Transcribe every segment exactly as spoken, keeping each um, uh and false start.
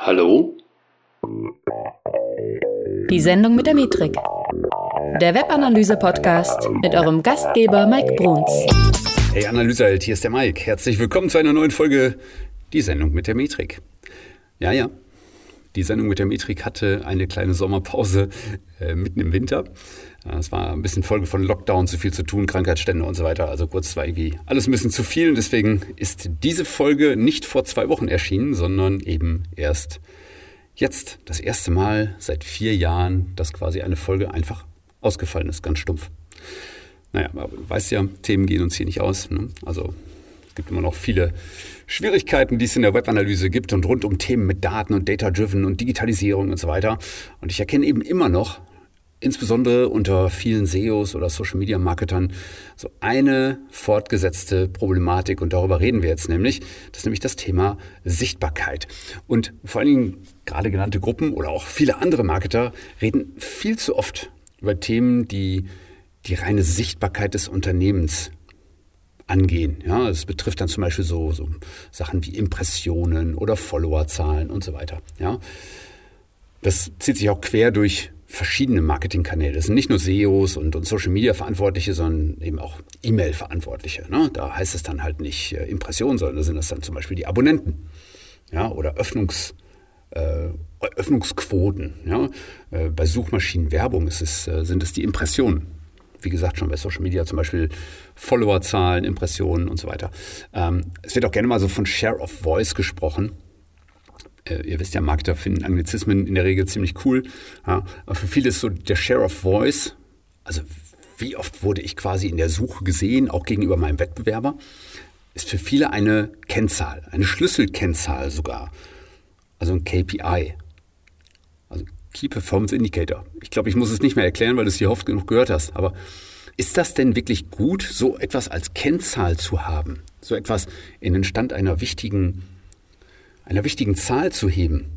Hallo? Die Sendung mit der Metrik. Der Webanalyse-Podcast mit eurem Gastgeber Mike Bruns. Hey Analyseheld, hier ist der Mike. Herzlich willkommen zu einer neuen Folge Die Sendung mit der Metrik. Ja, ja, die Sendung mit der Metrik hatte eine kleine Sommerpause äh, mitten im Winter. Es war ein bisschen Folge von Lockdown, zu viel zu tun, Krankheitsstände und so weiter. Also kurz war irgendwie alles ein bisschen zu viel. Und deswegen ist diese Folge nicht vor zwei Wochen erschienen, sondern eben erst jetzt. Das erste Mal seit vier Jahren, dass quasi eine Folge einfach ausgefallen ist, ganz stumpf. Naja, aber du weißt ja, Themen gehen uns hier nicht aus. Ne? Also es gibt immer noch viele Schwierigkeiten, die es in der Webanalyse gibt und rund um Themen mit Daten und Data-Driven und Digitalisierung und so weiter. Und ich erkenne eben immer noch, insbesondere unter vielen S E Os oder Social-Media-Marketern, so eine fortgesetzte Problematik. Und darüber reden wir jetzt nämlich. Das ist nämlich das Thema Sichtbarkeit. Und vor allen Dingen gerade genannte Gruppen oder auch viele andere Marketer reden viel zu oft über Themen, die die reine Sichtbarkeit des Unternehmens angehen. Ja, es betrifft dann zum Beispiel so, so Sachen wie Impressionen oder Followerzahlen und so weiter. Ja, das zieht sich auch quer durch verschiedene Marketingkanäle. Das sind nicht nur S E Os und, und Social-Media-Verantwortliche, sondern eben auch E-Mail-Verantwortliche. Ne? Da heißt es dann halt nicht äh, Impressionen, sondern da sind das dann zum Beispiel die Abonnenten, ja, oder Öffnungs, äh, Öffnungsquoten. Ja? Äh, bei Suchmaschinenwerbung ist es, äh, sind es die Impressionen. Wie gesagt, schon bei Social Media zum Beispiel Followerzahlen, Impressionen und so weiter. Ähm, es wird auch gerne mal so von Share of Voice gesprochen. Äh, ihr wisst ja, Marketer finden Anglizismen in der Regel ziemlich cool. Ja, aber für viele ist so der Share of Voice, also wie oft wurde ich quasi in der Suche gesehen, auch gegenüber meinem Wettbewerber, ist für viele eine Kennzahl, eine Schlüsselkennzahl sogar. Also ein K P I. Also Key Performance Indicator. Ich glaube, ich muss es nicht mehr erklären, weil du es hier oft genug gehört hast. Aber ist das denn wirklich gut, so etwas als Kennzahl zu haben? So etwas in den Stand einer wichtigen, einer wichtigen Zahl zu heben?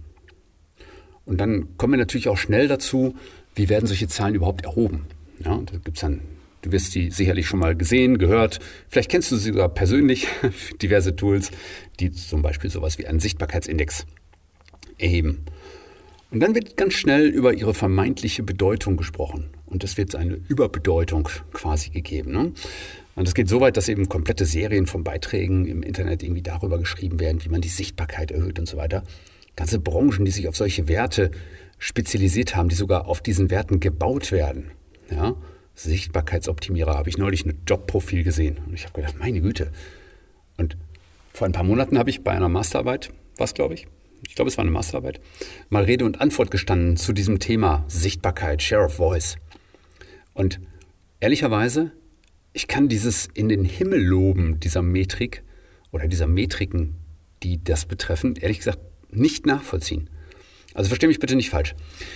Und dann kommen wir natürlich auch schnell dazu, wie werden solche Zahlen überhaupt erhoben? Ja, da gibt's dann, du wirst die sicherlich schon mal gesehen, gehört. Vielleicht kennst du sie sogar persönlich, diverse Tools, die zum Beispiel sowas wie einen Sichtbarkeitsindex erheben. Und dann wird ganz schnell über ihre vermeintliche Bedeutung gesprochen. Und es wird eine Überbedeutung quasi gegeben. Ne? Und es geht so weit, dass eben komplette Serien von Beiträgen im Internet irgendwie darüber geschrieben werden, wie man die Sichtbarkeit erhöht und so weiter. Ganze Branchen, die sich auf solche Werte spezialisiert haben, die sogar auf diesen Werten gebaut werden. Ja? Sichtbarkeitsoptimierer, habe ich neulich ein Jobprofil gesehen. Und ich habe gedacht, meine Güte. Und vor ein paar Monaten habe ich bei einer Masterarbeit, was glaube ich, ich glaube, es war eine Masterarbeit, mal Rede und Antwort gestanden zu diesem Thema Sichtbarkeit, Share of Voice. Und ehrlicherweise, ich kann dieses in den Himmel loben dieser Metrik oder dieser Metriken, die das betreffen, ehrlich gesagt nicht nachvollziehen. Also verstehe mich bitte nicht falsch.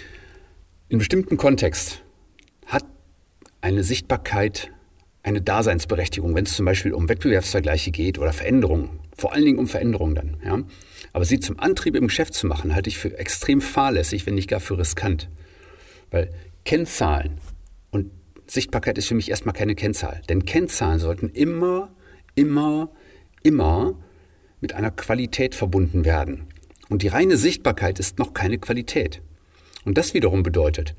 In bestimmten Kontext hat eine Sichtbarkeit eine Daseinsberechtigung, wenn es zum Beispiel um Wettbewerbsvergleiche geht oder Veränderungen, vor allen Dingen um Veränderungen dann. Ja? Aber sie zum Antrieb im Geschäft zu machen, halte ich für extrem fahrlässig, wenn nicht gar für riskant. Weil Kennzahlen und Sichtbarkeit ist für mich erstmal keine Kennzahl. Denn Kennzahlen sollten immer, immer, immer mit einer Qualität verbunden werden. Und die reine Sichtbarkeit ist noch keine Qualität. Und das wiederum bedeutet,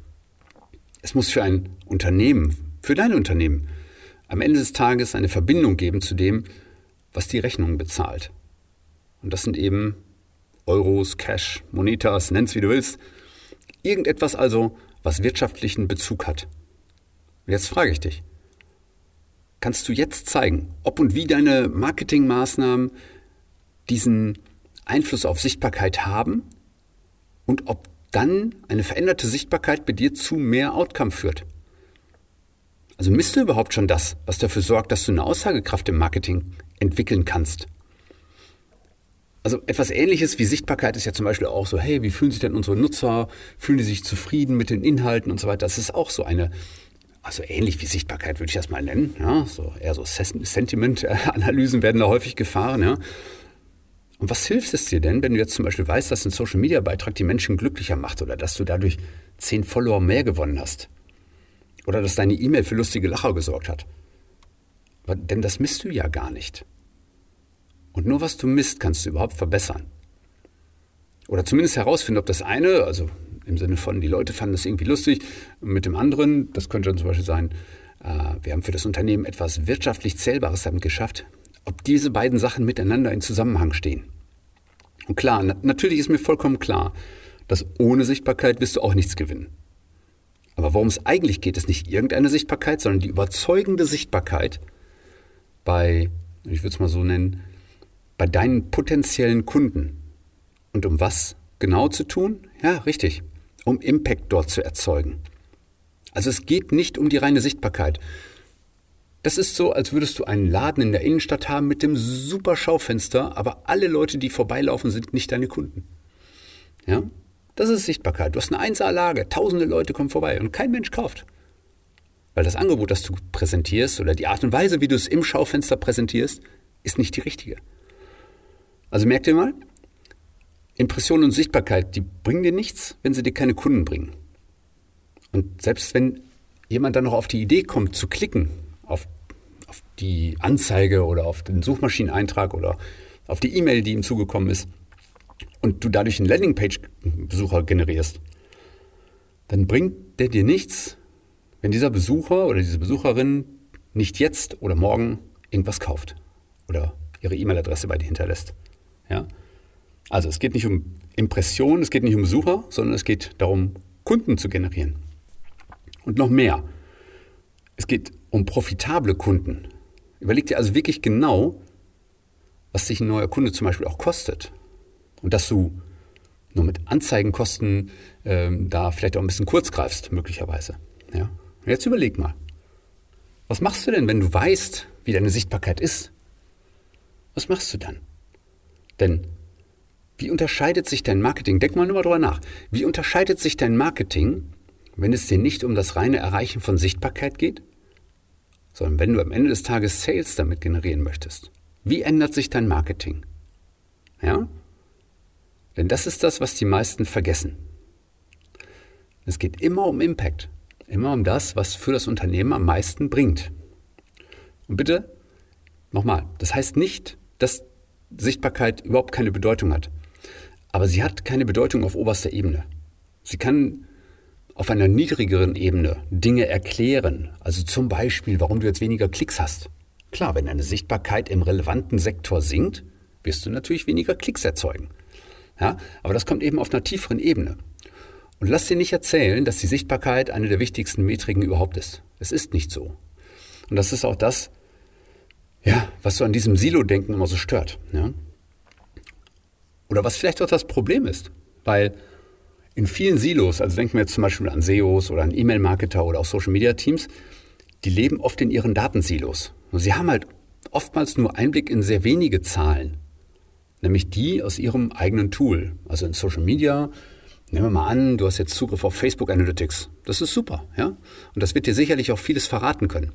es muss für ein Unternehmen, für dein Unternehmen, am Ende des Tages eine Verbindung geben zu dem, was die Rechnung bezahlt. Und das sind eben Euros, Cash, Monetas, nenn's wie du willst. Irgendetwas also, was wirtschaftlichen Bezug hat. Und jetzt frage ich dich, kannst du jetzt zeigen, ob und wie deine Marketingmaßnahmen diesen Einfluss auf Sichtbarkeit haben und ob dann eine veränderte Sichtbarkeit bei dir zu mehr Outcome führt? Also misst du überhaupt schon das, was dafür sorgt, dass du eine Aussagekraft im Marketing entwickeln kannst? Also etwas Ähnliches wie Sichtbarkeit ist ja zum Beispiel auch so, hey, wie fühlen sich denn unsere Nutzer? Fühlen die sich zufrieden mit den Inhalten und so weiter? Das ist auch so eine, also ähnlich wie Sichtbarkeit würde ich das mal nennen. Ja, so eher so Sentiment-Analysen werden da häufig gefahren. Ja. Und was hilft es dir denn, wenn du jetzt zum Beispiel weißt, dass ein Social-Media-Beitrag die Menschen glücklicher macht oder dass du dadurch zehn Follower mehr gewonnen hast? Oder dass deine E-Mail für lustige Lacher gesorgt hat? Denn das misst du ja gar nicht. Und nur was du misst, kannst du überhaupt verbessern. Oder zumindest herausfinden, ob das eine, also im Sinne von, die Leute fanden das irgendwie lustig, mit dem anderen, das könnte dann zum Beispiel sein, äh, wir haben für das Unternehmen etwas wirtschaftlich Zählbares damit geschafft, ob diese beiden Sachen miteinander in Zusammenhang stehen. Und klar, na- natürlich ist mir vollkommen klar, dass ohne Sichtbarkeit wirst du auch nichts gewinnen. Aber worum es eigentlich geht, ist nicht irgendeine Sichtbarkeit, sondern die überzeugende Sichtbarkeit bei, ich würde es mal so nennen, bei deinen potenziellen Kunden. Und um was genau zu tun? Ja, richtig, um Impact dort zu erzeugen. Also es geht nicht um die reine Sichtbarkeit. Das ist so, als würdest du einen Laden in der Innenstadt haben mit dem super Schaufenster, aber alle Leute, die vorbeilaufen, sind nicht deine Kunden. Ja? Das ist Sichtbarkeit. Du hast eine eins A-Lage, tausende Leute kommen vorbei und kein Mensch kauft. Weil das Angebot, das du präsentierst oder die Art und Weise, wie du es im Schaufenster präsentierst, ist nicht die richtige. Also merk dir mal, Impression und Sichtbarkeit, die bringen dir nichts, wenn sie dir keine Kunden bringen. Und selbst wenn jemand dann noch auf die Idee kommt, zu klicken auf, auf die Anzeige oder auf den Suchmaschineneintrag oder auf die E-Mail, die ihm zugekommen ist, und du dadurch einen Landingpage-Besucher generierst, dann bringt der dir nichts, wenn dieser Besucher oder diese Besucherin nicht jetzt oder morgen irgendwas kauft oder ihre E-Mail-Adresse bei dir hinterlässt. Ja? Also es geht nicht um Impressionen, es geht nicht um Besucher, sondern es geht darum, Kunden zu generieren. Und noch mehr. Es geht um profitable Kunden. Überleg dir also wirklich genau, was dich ein neuer Kunde zum Beispiel auch kostet. Und dass du nur mit Anzeigenkosten ähm, da vielleicht auch ein bisschen kurz greifst, möglicherweise. Ja? Und jetzt überleg mal, was machst du denn, wenn du weißt, wie deine Sichtbarkeit ist? Was machst du dann? Denn wie unterscheidet sich dein Marketing? Denk mal nur mal drüber nach. Wie unterscheidet sich dein Marketing, wenn es dir nicht um das reine Erreichen von Sichtbarkeit geht, sondern wenn du am Ende des Tages Sales damit generieren möchtest? Wie ändert sich dein Marketing? Ja? Denn das ist das, was die meisten vergessen. Es geht immer um Impact. Immer um das, was für das Unternehmen am meisten bringt. Und bitte, nochmal, das heißt nicht, dass Sichtbarkeit überhaupt keine Bedeutung hat. Aber sie hat keine Bedeutung auf oberster Ebene. Sie kann auf einer niedrigeren Ebene Dinge erklären. Also zum Beispiel, warum du jetzt weniger Klicks hast. Klar, wenn deine Sichtbarkeit im relevanten Sektor sinkt, wirst du natürlich weniger Klicks erzeugen. Ja, aber das kommt eben auf einer tieferen Ebene. Und lass dir nicht erzählen, dass die Sichtbarkeit eine der wichtigsten Metriken überhaupt ist. Es ist nicht so. Und das ist auch das, ja, was so an diesem Silo-Denken immer so stört. Ja? Oder was vielleicht auch das Problem ist. Weil in vielen Silos, also denken wir jetzt zum Beispiel an S E Os oder an E-Mail-Marketer oder auch Social-Media-Teams, die leben oft in ihren Datensilos. Und sie haben halt oftmals nur Einblick in sehr wenige Zahlen. Nämlich die aus ihrem eigenen Tool. Also in Social Media, nehmen wir mal an, du hast jetzt Zugriff auf Facebook Analytics. Das ist super, ja? Und das wird dir sicherlich auch vieles verraten können.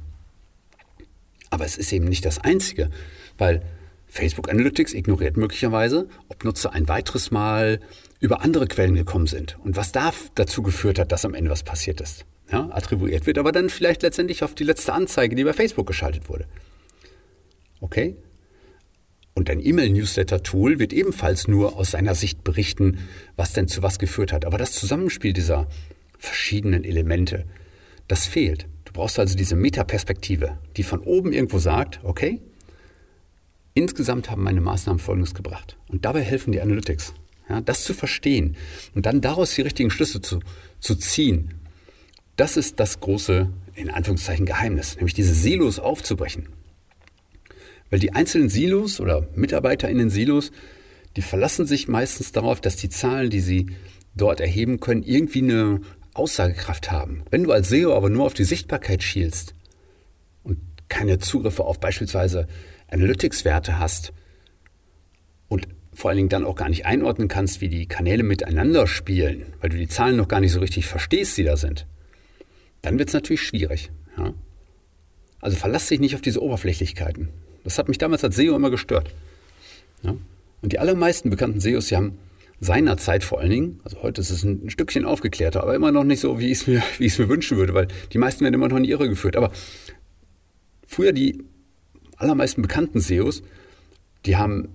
Aber es ist eben nicht das Einzige, weil Facebook Analytics ignoriert möglicherweise, ob Nutzer ein weiteres Mal über andere Quellen gekommen sind und was da dazu geführt hat, dass am Ende was passiert ist. Ja, attribuiert wird aber dann vielleicht letztendlich auf die letzte Anzeige, die bei Facebook geschaltet wurde. Okay? Und dein E-Mail-Newsletter-Tool wird ebenfalls nur aus seiner Sicht berichten, was denn zu was geführt hat. Aber das Zusammenspiel dieser verschiedenen Elemente, das fehlt. Du brauchst also diese Metaperspektive, die von oben irgendwo sagt, okay, insgesamt haben meine Maßnahmen Folgendes gebracht. Und dabei helfen die Analytics. Ja, das zu verstehen und dann daraus die richtigen Schlüsse zu, zu ziehen, das ist das große, in Anführungszeichen, Geheimnis, nämlich diese Silos aufzubrechen. Weil die einzelnen Silos oder Mitarbeiter in den Silos, die verlassen sich meistens darauf, dass die Zahlen, die sie dort erheben können, irgendwie eine Aussagekraft haben. Wenn du als S E O aber nur auf die Sichtbarkeit schielst und keine Zugriffe auf beispielsweise Analytics-Werte hast und vor allen Dingen dann auch gar nicht einordnen kannst, wie die Kanäle miteinander spielen, weil du die Zahlen noch gar nicht so richtig verstehst, die da sind, dann wird es natürlich schwierig. Ja? Also verlass dich nicht auf diese Oberflächlichkeiten. Das hat mich damals als S E O immer gestört. Ja? Und die allermeisten bekannten S E Os, die haben seinerzeit vor allen Dingen, also heute ist es ein, ein Stückchen aufgeklärter, aber immer noch nicht so, wie ich es mir, wie ich es mir wünschen würde, weil die meisten werden immer noch in die Irre geführt. Aber früher die allermeisten bekannten S E Os, die haben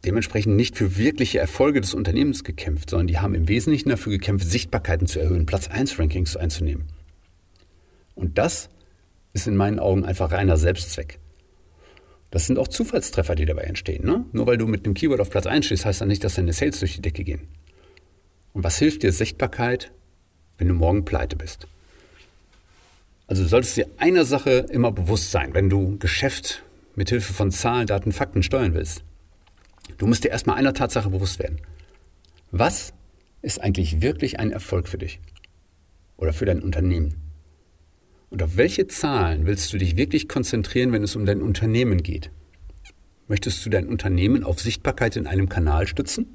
dementsprechend nicht für wirkliche Erfolge des Unternehmens gekämpft, sondern die haben im Wesentlichen dafür gekämpft, Sichtbarkeiten zu erhöhen, Platz eins Rankings einzunehmen. Und das ist in meinen Augen einfach reiner Selbstzweck. Das sind auch Zufallstreffer, die dabei entstehen. Ne? Nur weil du mit einem Keyword auf Platz eins stehst, heißt das nicht, dass deine Sales durch die Decke gehen. Und was hilft dir Sichtbarkeit, wenn du morgen pleite bist? Also du solltest dir einer Sache immer bewusst sein, wenn du Geschäft mit Hilfe von Zahlen, Daten, Fakten steuern willst. Du musst dir erstmal einer Tatsache bewusst werden. Was ist eigentlich wirklich ein Erfolg für dich oder für dein Unternehmen? Und auf welche Zahlen willst du dich wirklich konzentrieren, wenn es um dein Unternehmen geht? Möchtest du dein Unternehmen auf Sichtbarkeit in einem Kanal stützen?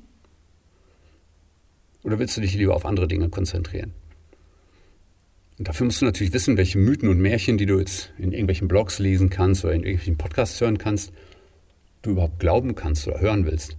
Oder willst du dich lieber auf andere Dinge konzentrieren? Und dafür musst du natürlich wissen, welche Mythen und Märchen, die du jetzt in irgendwelchen Blogs lesen kannst oder in irgendwelchen Podcasts hören kannst, du überhaupt glauben kannst oder hören willst.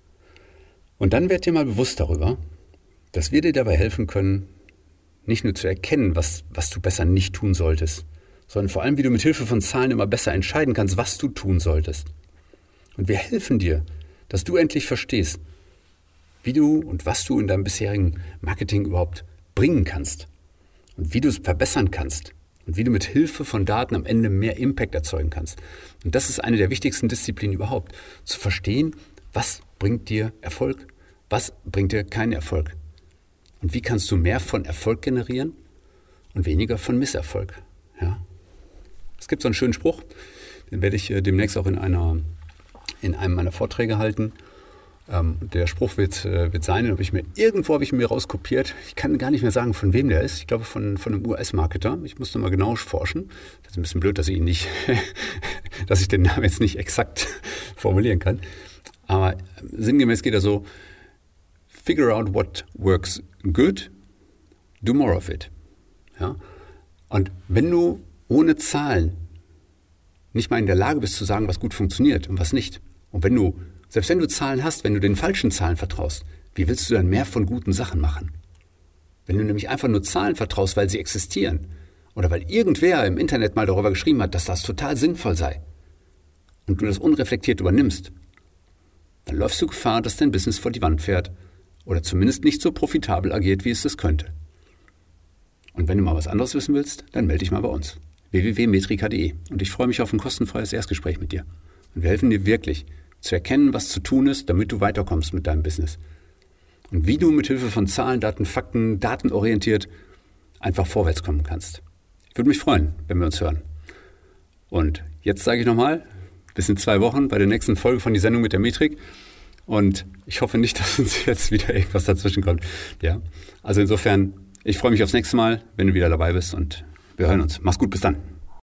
Und dann werd dir mal bewusst darüber, dass wir dir dabei helfen können, nicht nur zu erkennen, was, was du besser nicht tun solltest, sondern vor allem, wie du mit Hilfe von Zahlen immer besser entscheiden kannst, was du tun solltest. Und wir helfen dir, dass du endlich verstehst, wie du und was du in deinem bisherigen Marketing überhaupt bringen kannst und wie du es verbessern kannst und wie du mit Hilfe von Daten am Ende mehr Impact erzeugen kannst. Und das ist eine der wichtigsten Disziplinen überhaupt, zu verstehen, was bringt dir Erfolg, was bringt dir keinen Erfolg. Und wie kannst du mehr von Erfolg generieren und weniger von Misserfolg? Ja? Es gibt so einen schönen Spruch, den werde ich äh, demnächst auch in, einer, in einem meiner Vorträge halten. Ähm, der Spruch wird, äh, wird sein, den habe ich mir, irgendwo habe ich mir rauskopiert. Ich kann gar nicht mehr sagen, von wem der ist. Ich glaube, von, von einem U S-Marketer. Ich musste mal genau forschen. Das ist ein bisschen blöd, dass ich ihn nicht, dass ich den Namen jetzt nicht exakt formulieren kann. Aber äh, sinngemäß geht er so: Figure out what works good, do more of it. Ja? Und wenn du ohne Zahlen nicht mal in der Lage bist zu sagen, was gut funktioniert und was nicht, und wenn du, selbst wenn du Zahlen hast, wenn du den falschen Zahlen vertraust, wie willst du dann mehr von guten Sachen machen? Wenn du nämlich einfach nur Zahlen vertraust, weil sie existieren oder weil irgendwer im Internet mal darüber geschrieben hat, dass das total sinnvoll sei und du das unreflektiert übernimmst, dann läufst du Gefahr, dass dein Business vor die Wand fährt oder zumindest nicht so profitabel agiert, wie es das könnte. Und wenn du mal was anderes wissen willst, dann melde dich mal bei uns. w w w punkt metrika punkt de. Und ich freue mich auf ein kostenfreies Erstgespräch mit dir. Und wir helfen dir wirklich, zu erkennen, was zu tun ist, damit du weiterkommst mit deinem Business. Und wie du mit Hilfe von Zahlen, Daten, Fakten, datenorientiert einfach vorwärts kommen kannst. Ich würde mich freuen, wenn wir uns hören. Und jetzt sage ich nochmal, bis in zwei Wochen bei der nächsten Folge von Die Sendung mit der Metrik. Und ich hoffe nicht, dass uns jetzt wieder irgendwas dazwischen kommt. Ja, also insofern, ich freue mich aufs nächste Mal, wenn du wieder dabei bist und wir hören uns. Mach's gut, bis dann.